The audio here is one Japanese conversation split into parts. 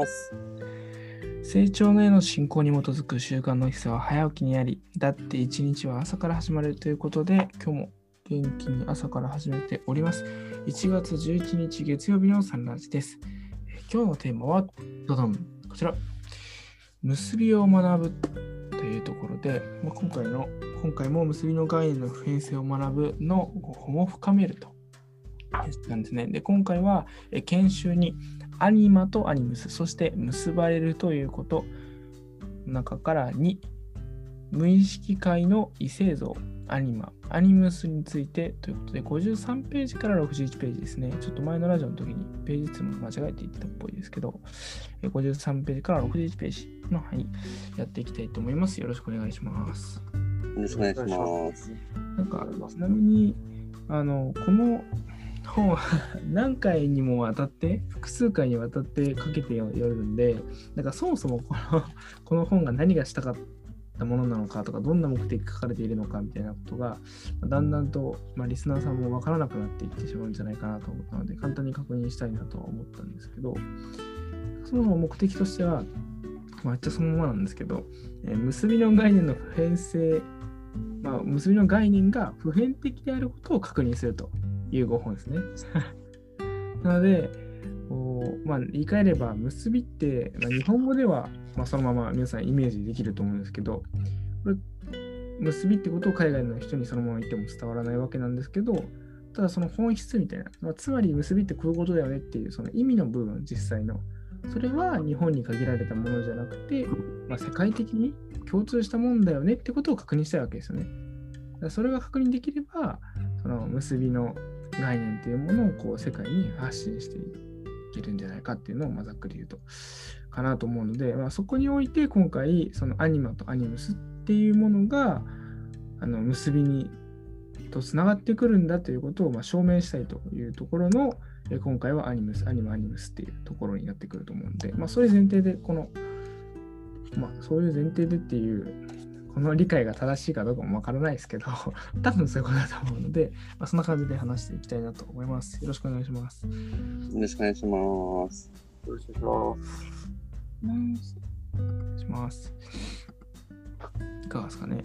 。 成長のへの進行に基づく習慣の基礎は早起きにあり、だって一日は朝から始まるということで、今日も元気に朝から始めております。1月11日月曜日のサンラジです。今日のテーマは、ドドン、こちら。結びを学ぶというところで、今回も結びの概念の普遍性を学ぶの本を深めると。なんですね。で、今回は研修にアニマとアニムス、そして結ばれるということの中から2、無意識界の異性像、アニマ、アニムスについてということで、53ページから61ページですね。ちょっと前のラジオの時にページ数も間違えて言ってたっぽいですけど、53ページから61ページの範囲やっていきたいと思います。よろしくお願いします。 よろしくお願いします。 ちなみに、この本は何回にもわたって複数回にわたってかけて読るんで、そもそもこの本が何がしたかったものなのかとか、どんな目的書かれているのかみたいなことがだんだんと、リスナーさんもわからなくなっていってしまうんじゃないかなと思ったので、簡単に確認したいなとは思ったんですけど、そもそも目的としてはめっちゃそのままなんですけど、結びの概念の普遍性、結びの概念が普遍的であることを確認するという5本ですね。なので、言い換えれば結びって、日本語では、そのまま皆さんイメージできると思うんですけど、これ結びってことを海外の人にそのまま言っても伝わらないわけなんですけど、ただその本質みたいな、つまり結びってこういうことだよねっていうその意味の部分、実際のそれは日本に限られたものじゃなくて、世界的に共通したもんだよねってことを確認したいわけですよね。だからそれが確認できれば、その結びの概念っていうものを世界に発信していけるんじゃないかっていうのをざっくり言うとかなと思うので、そこにおいて今回そのアニマとアニムスっていうものが結びにとつながってくるんだということを証明したいというところの今回はアニマアニムスっていうところになってくると思うので、そういう前提でそういう前提でっていうこの理解が正しいかどうかもわからないですけど、多分そういうことだと思うので、そんな感じで話していきたいなと思います。よろしくお願いします。 よろしくお願いします。 よろしくお願いします。いかがですかね。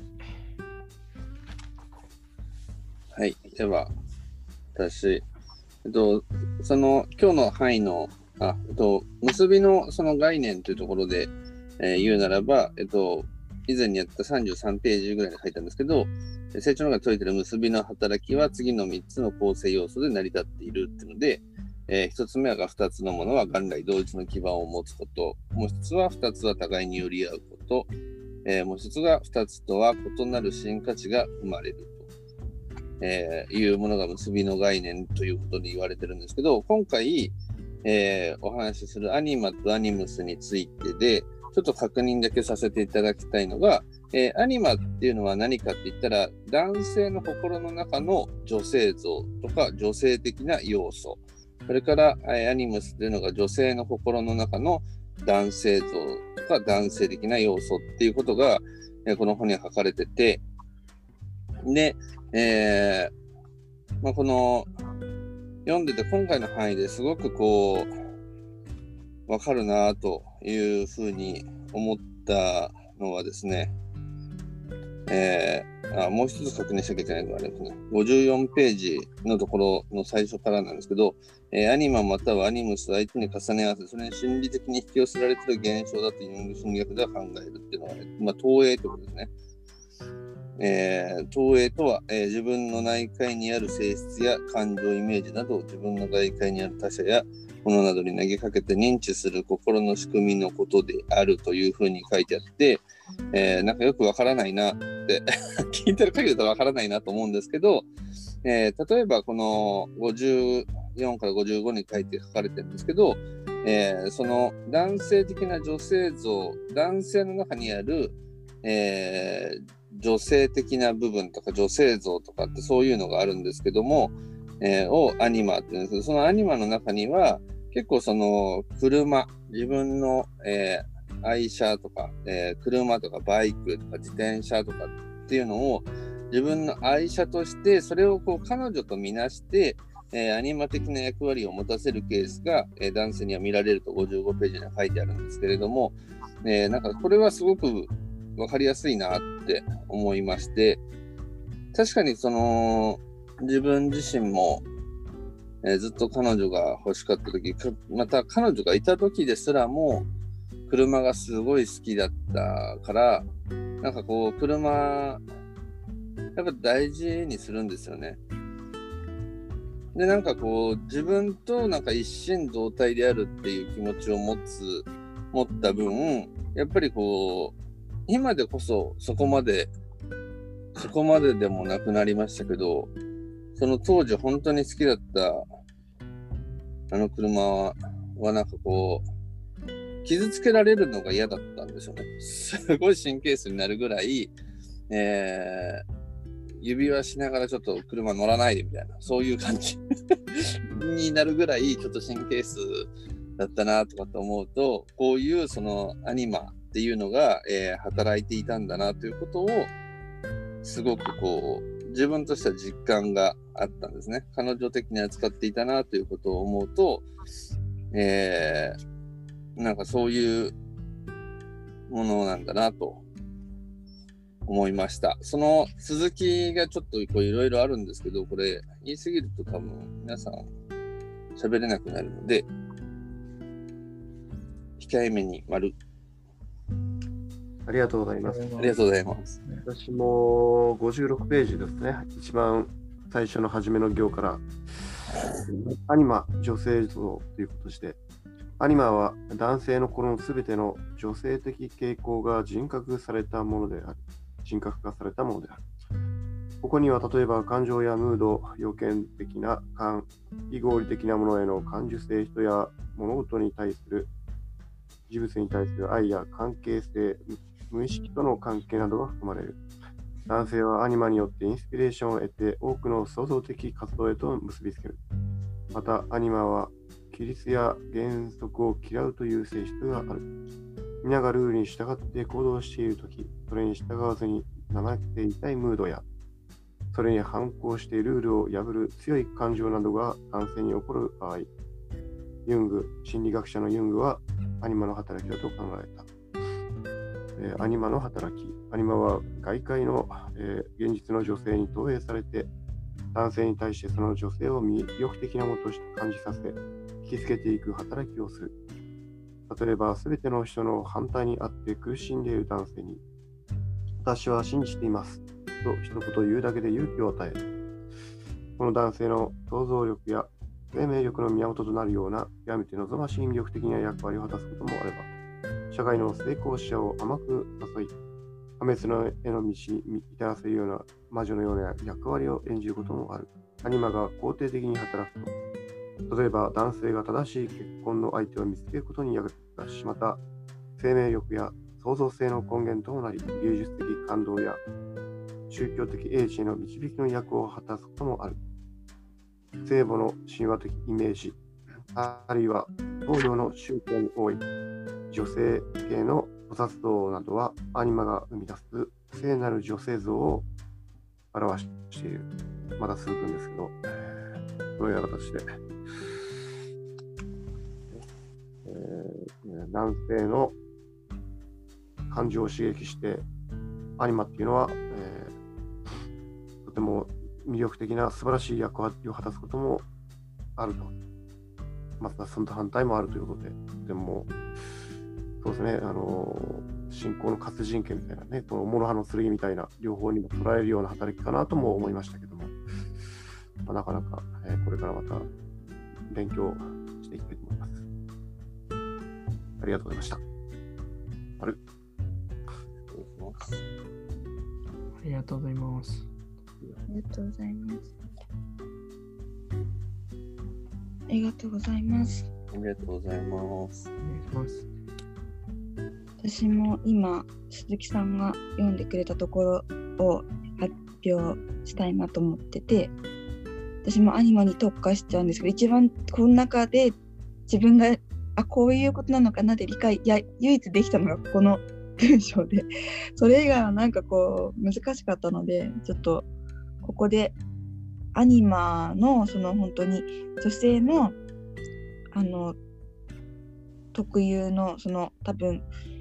はい。では、私、その今日の範囲の、結びのその概念というところで、言うならば、以前にやった33ページぐらいに書いたんですけど、成長の中で説いている結びの働きは次の3つの構成要素で成り立っているっていうので、1つ目は2つのものは元来同一の基盤を持つこと、もう1つは2つは互いに寄り合うこと、もう1つが2つとは異なる新価値が生まれると、いうものが結びの概念ということに言われてるんですけど、今回、お話しするアニマとアニムスについてで、ちょっと確認だけさせていただきたいのが、アニマっていうのは何かって言ったら、男性の心の中の女性像とか女性的な要素。それから、アニムスっていうのが女性の心の中の男性像とか男性的な要素っていうことが、この本には書かれてて、で、この読んでて今回の範囲ですごくわかるなというふうに思ったのはですね、もう一つ確認しなきゃいけないのがあるんですね。54ページのところの最初からなんですけど、アニマまたはアニムスを相手に重ね合わせ、それに心理的に引き寄せられている現象だとユング心理学では考えるっていうのがね、投影ということですね。投影とは、自分の内界にある性質や感情イメージなどを自分の外界にある他者やものなどに投げかけて認知する心の仕組みのことであるというふうに書いてあって、よくわからないなって聞いてる限りだとわからないなと思うんですけど、例えばこの54から55に書かれてるんですけど、その男性的な女性像、男性の中にある、女性的な部分とか女性像とかってそういうのがあるんですけども、をアニマって言うんですけど、そのアニマの中には結構その車、自分の、愛車とか、車とかバイクとか自転車とかっていうのを自分の愛車としてそれを彼女とみなして、 アニマ的な役割を持たせるケースが、男性には見られると55ページには書いてあるんですけれども、なんかこれはすごく分かりやすいなって思いまして、確かにその自分自身も、ずっと彼女が欲しかった時、また彼女がいた時ですらも車がすごい好きだったから、なんかこう車やっぱ大事にするんですよね。で、なんかこう自分となんか一心同体であるっていう気持ちを持った分、やっぱりこう今でこそそこまででもなくなりましたけど、その当時本当に好きだったあの車はなんかこう傷つけられるのが嫌だったんですよね。すごい神経質になるぐらい、指輪しながらちょっと車乗らないでみたいな、そういう感じになるぐらいちょっと神経質だったなとかと思うと、こういうそのアニマっていうのが、働いていたんだなということをすごくこう自分としては実感があったんですね。彼女的に扱っていたなということを思うと、なんかそういうものなんだなと思いました。その続きがちょっといろいろあるんですけど、これ言い過ぎると多分皆さん喋れなくなるので、控えめに丸。 ありがとうございます。 ありがとうございます。 私も56ページですね。一番最初の初めの行から、アニマ女性像ということして、アニマは男性のこのすべての女性的傾向が人格化されたものである。ここには例えば感情やムード、予見的な感、非合理的なものへの感受性、人や物事に対する、事物に対する愛や関係性、無意識との関係などが含まれる。男性はアニマによってインスピレーションを得て多くの創造的活動へと結びつける。またアニマは規律や原則を嫌うという性質がある。皆がルールに従って行動しているとき、それに従わずに怠けていたいムードや、それに反抗してルールを破る強い感情などが男性に起こる場合、心理学者のユングはアニマの働きだと考えた。アニマの働き。アニマは外界の、現実の女性に投影されて、男性に対してその女性を魅力的なものとして感じさせ、引きつけていく働きをする。例えば、すべての人の反対にあって苦しんでいる男性に、私は信じていますと一言言うだけで勇気を与える。この男性の想像力や生命力の源となるような極めて望ましい魅力的な役割を果たすこともあれば、社会の成功者を甘く誘い、破滅のへの道に至らせるような魔女のような役割を演じることもある。アニマが肯定的に働くと、例えば男性が正しい結婚の相手を見つけることに役立ち、また生命力や創造性の根源ともなり、芸術的感動や宗教的英知への導きの役を果たすこともある。聖母の神話的イメージ、あるいは東洋の宗教に多い女性系の菩薩像などはアニマが生み出す聖なる女性像を表している。まだ続くんですけど、このような形で、男性の感情を刺激してアニマっていうのは、とても魅力的な素晴らしい役割を果たすこともあると。またその反対もあるということで、でもそうですね、信仰の活人権みたいなね、この諸刃の剣みたいな両方にも捉えるような働きかなとも思いましたけども、なかなか、これからまた勉強していきたいと思います。ありがとうございました。ありがとうございます。 ありがとうございます。ありがとうございます。 ありがとうございます。 お願いします。 私も今鈴木さんが読んでくれたところを発表したいなと思ってて、私もアニマに特化しちゃうんですけど、一番この中で自分がこういうことなのかなって理解唯一できたのがこの文章で、それ以外はなんかこう難しかったので、ちょっとここでアニマのその本当に女性の特有のその多分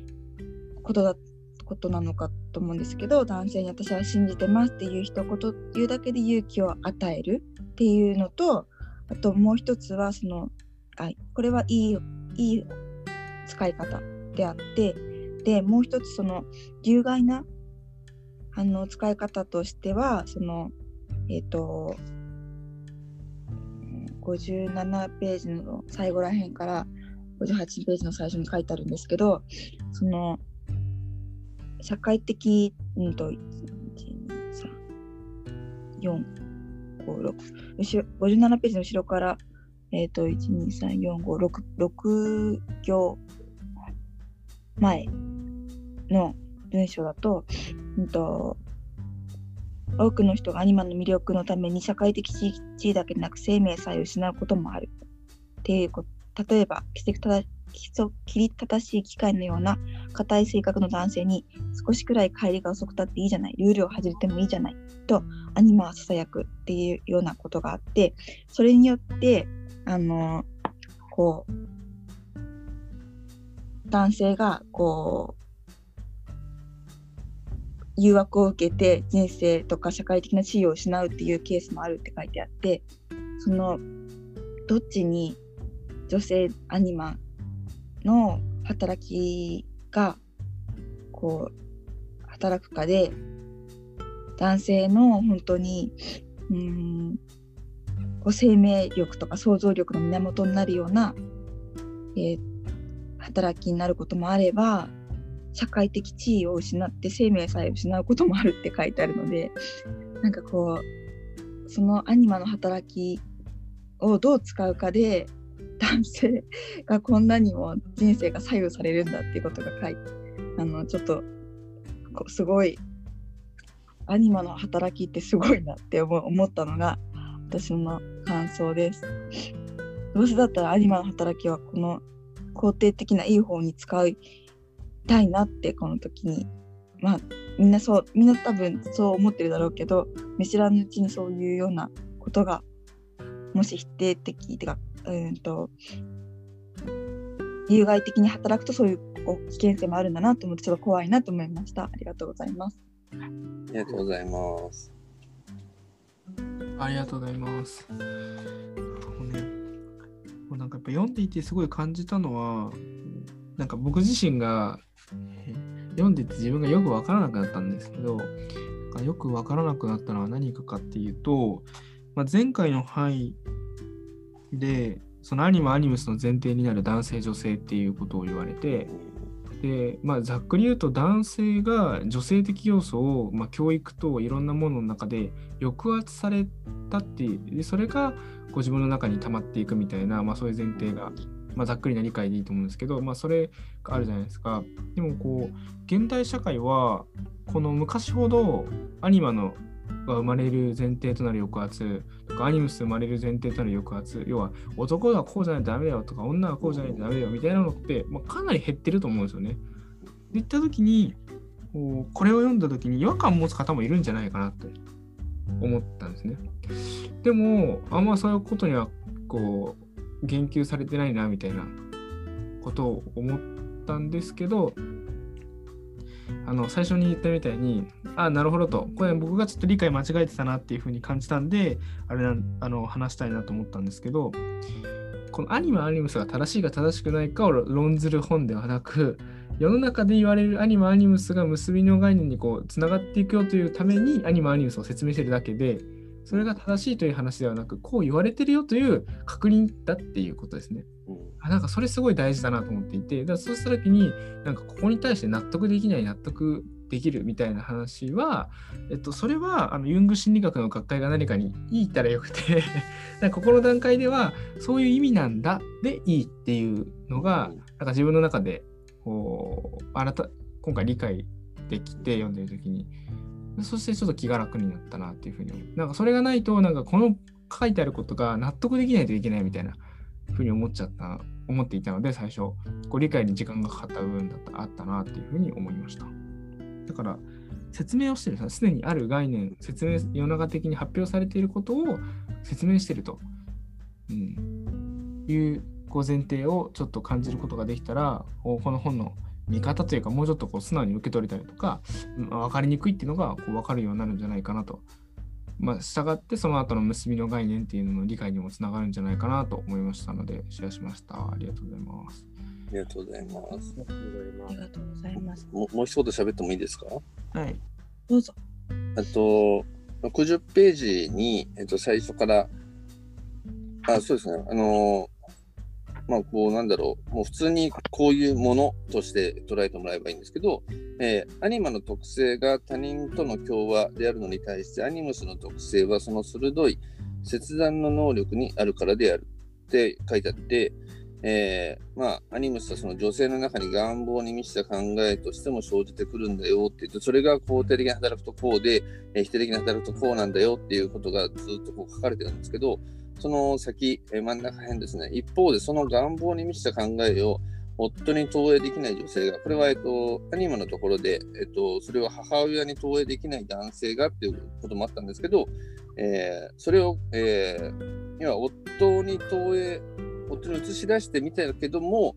ことなのかと思うんですけど、男性に私は信じてますっていう一言言うだけで勇気を与えるっていうのと、あともう一つはそのこれはいい使い方であって、でもう一つその有害な使い方としてはその57ページの最後らへんから58ページの最初に書いてあるんですけど、その社会的57ページの後ろから1234566行前の文章だと、多くの人がアニマの魅力のために社会的地位だけでなく生命さえ失うこともあるっていうこと。例えば規律正しい機械のような固い性格の男性に少しくらい帰りが遅くたっていいじゃない、ルールを外れてもいいじゃないとアニマはささやくっていうようなことがあって、それによってこう男性がこう誘惑を受けて人生とか社会的な地位を失うっていうケースもあるって書いてあって、そのどっちに女性アニマの働きがこう働くかで、男性の本当に生命力とか想像力の源になるような、働きになることもあれば、社会的地位を失って生命さえ失うこともあるって書いてあるので、なんかこうそのアニマの働きをどう使うかで男性がこんなにも人生が左右されるんだっていうことが書いて、ちょっとすごいアニマの働きってすごいなって思ったのが私の感想です。どうせだったらアニマの働きはこの肯定的ないい方に使いたいなって、この時にみんな多分そう思ってるだろうけど、見知らぬうちにそういうようなことがもし否定的ってか有害的に働くとそういう危険性もあるんだなと思って、ちょっと怖いなと思いました。ありがとうございます。 ありがとうございます。 ありがとうございます。なんかやっぱ読んでいてすごい感じたのは、なんか僕自身が読んでて自分がよく分からなくなったんですけど、よく分からなくなったのは何かっていうと、前回の範でそのアニマ・アニムスの前提になる男性女性っていうことを言われて、でざっくり言うと男性が女性的要素を、教育といろんなものの中で抑圧されたっていう、でそれがご自分の中に溜まっていくみたいな、そういう前提が、ざっくりな理解でいいと思うんですけど、それがあるじゃないですか。でも現代社会はこの昔ほどアニマのが生まれる前提となる抑圧とか、アニムス生まれる前提となる抑圧、要は男はこうじゃないとダメだよとか、女はこうじゃないとダメだよみたいなのって、かなり減ってると思うんですよね。で言った時にこれを読んだ時に違和感を持つ方もいるんじゃないかなと思ったんですね。でもあんまそういうことには言及されてないなみたいなことを思ったんですけど、最初に言ったみたいに、なるほどと、これ僕がちょっと理解間違えてたなっていうふうに感じたんで、話したいなと思ったんですけど、このアニマ・アニムスが正しいか正しくないかを論ずる本ではなく、世の中で言われるアニマ・アニムスが結びの概念につながっていくよというためにアニマ・アニムスを説明してるだけで、それが正しいという話ではなく、こう言われてるよという確認だっていうことですね。なんかそれすごい大事だなと思っていて、そうした時にここに対して納得できない、納得できるみたいな話は、それはユング心理学の学会が何かに言ったらよくてここの段階ではそういう意味なんだでいいっていうのが自分の中で今回理解できて読んでる時に、そしてちょっと気が楽になったなっていうふうに思う。それがないとこの書いてあることが納得できないといけないみたいなふうに思っていたので、最初理解に時間がかかった部分あったなっていうふうに思いました。だから説明をしている、すでにある概念、世の中的に発表されていることを説明していると、いう前提をちょっと感じることができたら、この本の見方というか、もうちょっと素直に受け取れたりとか、分かりにくいっていうのが分かるようになるんじゃないかなと。したがってその後の結びの概念っていうのの理解にもつながるんじゃないかなと思いましたのでシェアしました。ありがとうございます。 ありがとうございます。 ありがとうございます。 もう一言喋ってもいいですか？ はい。 どうぞ。 60ページに、最初から、そうですね。なんだろう、もう普通にこういうものとして捉えてもらえばいいんですけど、アニマの特性が他人との共和であるのに対して、アニムスの特性はその鋭い切断の能力にあるからであるって書いてあって、アニムスはその女性の中に願望に満ちた考えとしても生じてくるんだよって言って、それが肯定的に働くとこうで、否定的に働くとこうなんだよっていうことがずっと書かれてるんですけど、その先、真ん中辺ですね。一方でその願望に満ちた考えを夫に投影できない女性が、これは、アニマのところで、それを母親に投影できない男性がっていうこともあったんですけど、それを、今夫に映し出してみたけども、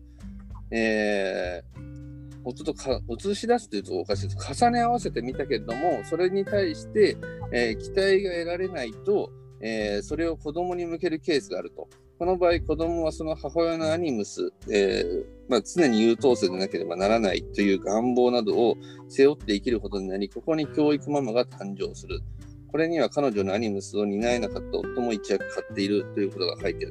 夫と映し出すというとおかしいです。重ね合わせてみたけれども、それに対して、期待が得られないと、それを子供に向けるケースがあると。この場合、子供はその母親のアニムス、常に優等生でなければならないという願望などを背負って生きることになり、ここに教育ママが誕生する。これには彼女のアニムスを担えなかった夫も一役買っているということが書いてあって、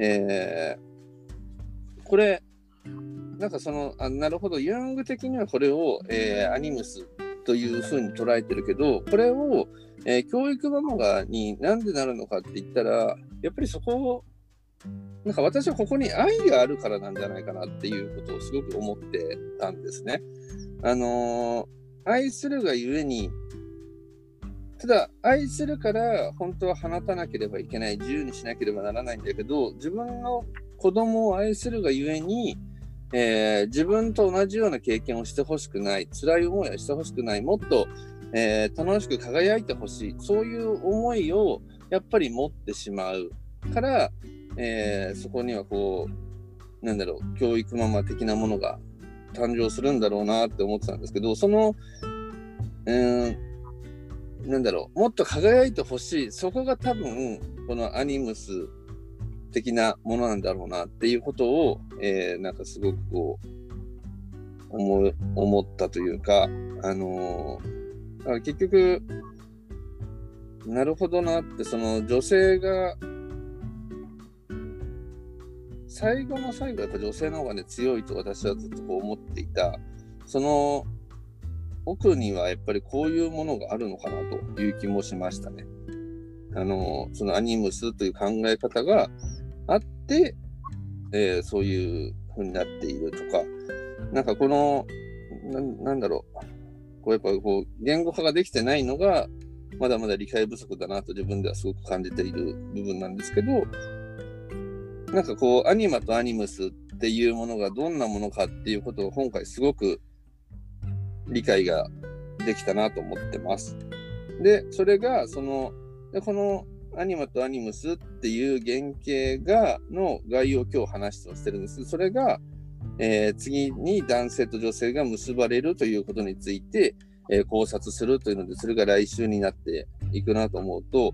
これ、なんかなるほど、ユング的にはこれを、アニムスというふうに捉えてるけど、これを、教育ママになんでなるのかって言ったら、やっぱりそこを、なんか私はここに愛があるからなんじゃないかなっていうことをすごく思ってたんですね。愛するがゆえに、ただ愛するから本当は放たなければいけない、自由にしなければならないんだけど、自分の子供を愛するがゆえに、自分と同じような経験をしてほしくない、辛い思いをしてほしくない、もっと、楽しく輝いてほしい、そういう思いをやっぱり持ってしまうから、そこには教育ママ的なものが誕生するんだろうなって思ってたんですけど、もっと輝いてほしい、そこが多分このアニムス的なものなんだろうなっていうことを、なんかすごく思ったというか、結局なるほどなって、その女性が最後の最後やっぱ女性の方がね強いと私はずっと思っていた。その奥にはやっぱりこういうものがあるのかなという気もしましたね。そのアニムスという考え方があって、そういう風になっているとか、なんかやっぱ言語化ができてないのがまだまだ理解不足だなと自分ではすごく感じている部分なんですけど、なんかアニマとアニムスっていうものがどんなものかっていうことを今回すごく理解ができたなと思ってます。で、それがこのアニマとアニムスっていう原型の概要を今日話してるんです。それが、次に男性と女性が結ばれるということについて、考察するというので、それが来週になっていくなと思うと、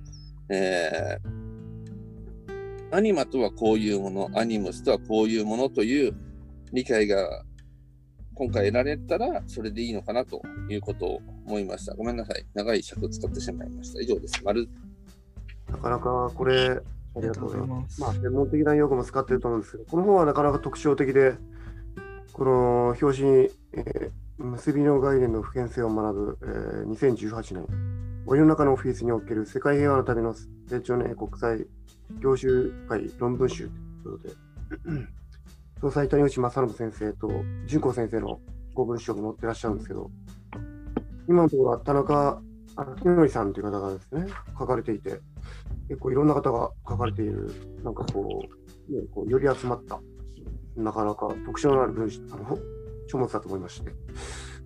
アニマとはこういうもの、アニムスとはこういうものという理解が今回得られたらそれでいいのかなということを思いました。ごめんなさい。長い尺使ってしまいました。以上です。 なかなかこれ、ありがとうございます。専門的な用語も使っていると思うんですけど、この本はなかなか特徴的で、この表紙に、結びの概念の普遍性を学ぶ、2018年、森の中のオフィスにおける世界平和のための成長の国際教習会論文集ということで、総裁谷口正信先生と純子先生のご文章も載ってらっしゃるんですけど、今のところは田中明則さんという方がですね、書かれていて、結構いろんな方が書かれている、なんかより集まった、なかなか特徴のある書物だと思いまして、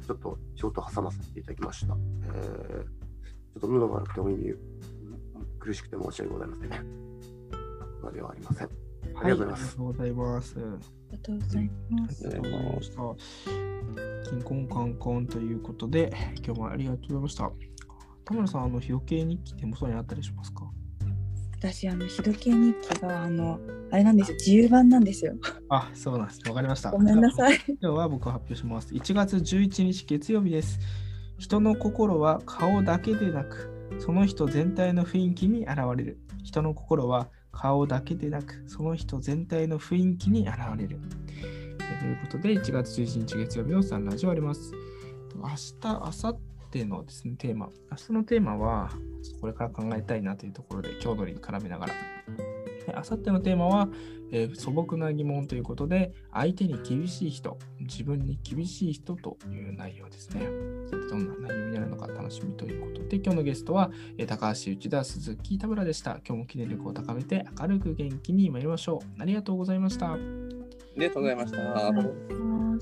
ちょっと仕事を挟ませていただきました。ちょっと喉が悪くてお耳苦しくて申し訳ございません。他ではありません。ありがとうございます。 ありがとうございます。 ありがとうございます。 ありがとうございます。 金婚カンコンということで、今日もありがとうございました。田村さん、日時計日記手元にあったりしますか？ 私、日時計日記が、あれなんですよ、自由版なんですよ。 あ、そうなんです。わかりました。 ごめんなさい。 今日は僕発表します。1月11日月曜日です。人の心は顔だけでなく、その人全体の雰囲気に現れる。人の心は顔だけでなく、その人全体の雰囲気に現れる。ということで、1月11日月曜日のサンラジオあります。明後日のですね、テーマ。明日のテーマは、これから考えたいなというところで、今日のりに絡めながら。明後日のテーマは、素朴な疑問ということで、相手に厳しい人、自分に厳しい人という内容ですね。さてどんな内容になるのか楽しみということで、今日のゲストは、高橋、内田、鈴木、田村でした。今日も記念力を高めて明るく元気に参りましょう。ありがとうございました。 ありがとうございました。 ありがとうございます。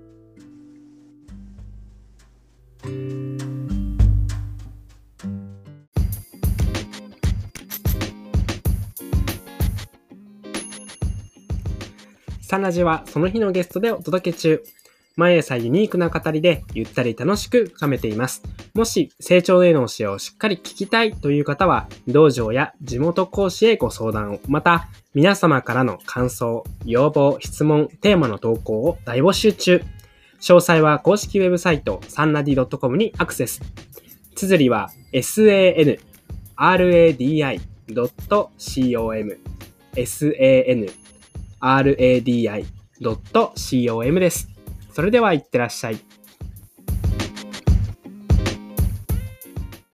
サンラジはその日のゲストでお届け中。毎朝ユニークな語りでゆったり楽しく深めています。もし成長への教えをしっかり聞きたいという方は、道場や地元講師へご相談を、また皆様からの感想、要望、質問、テーマの投稿を大募集中。詳細は公式ウェブサイトサンラディ .com にアクセス。綴りは sanradi.com sanradi.com です。それではいってらっしゃい。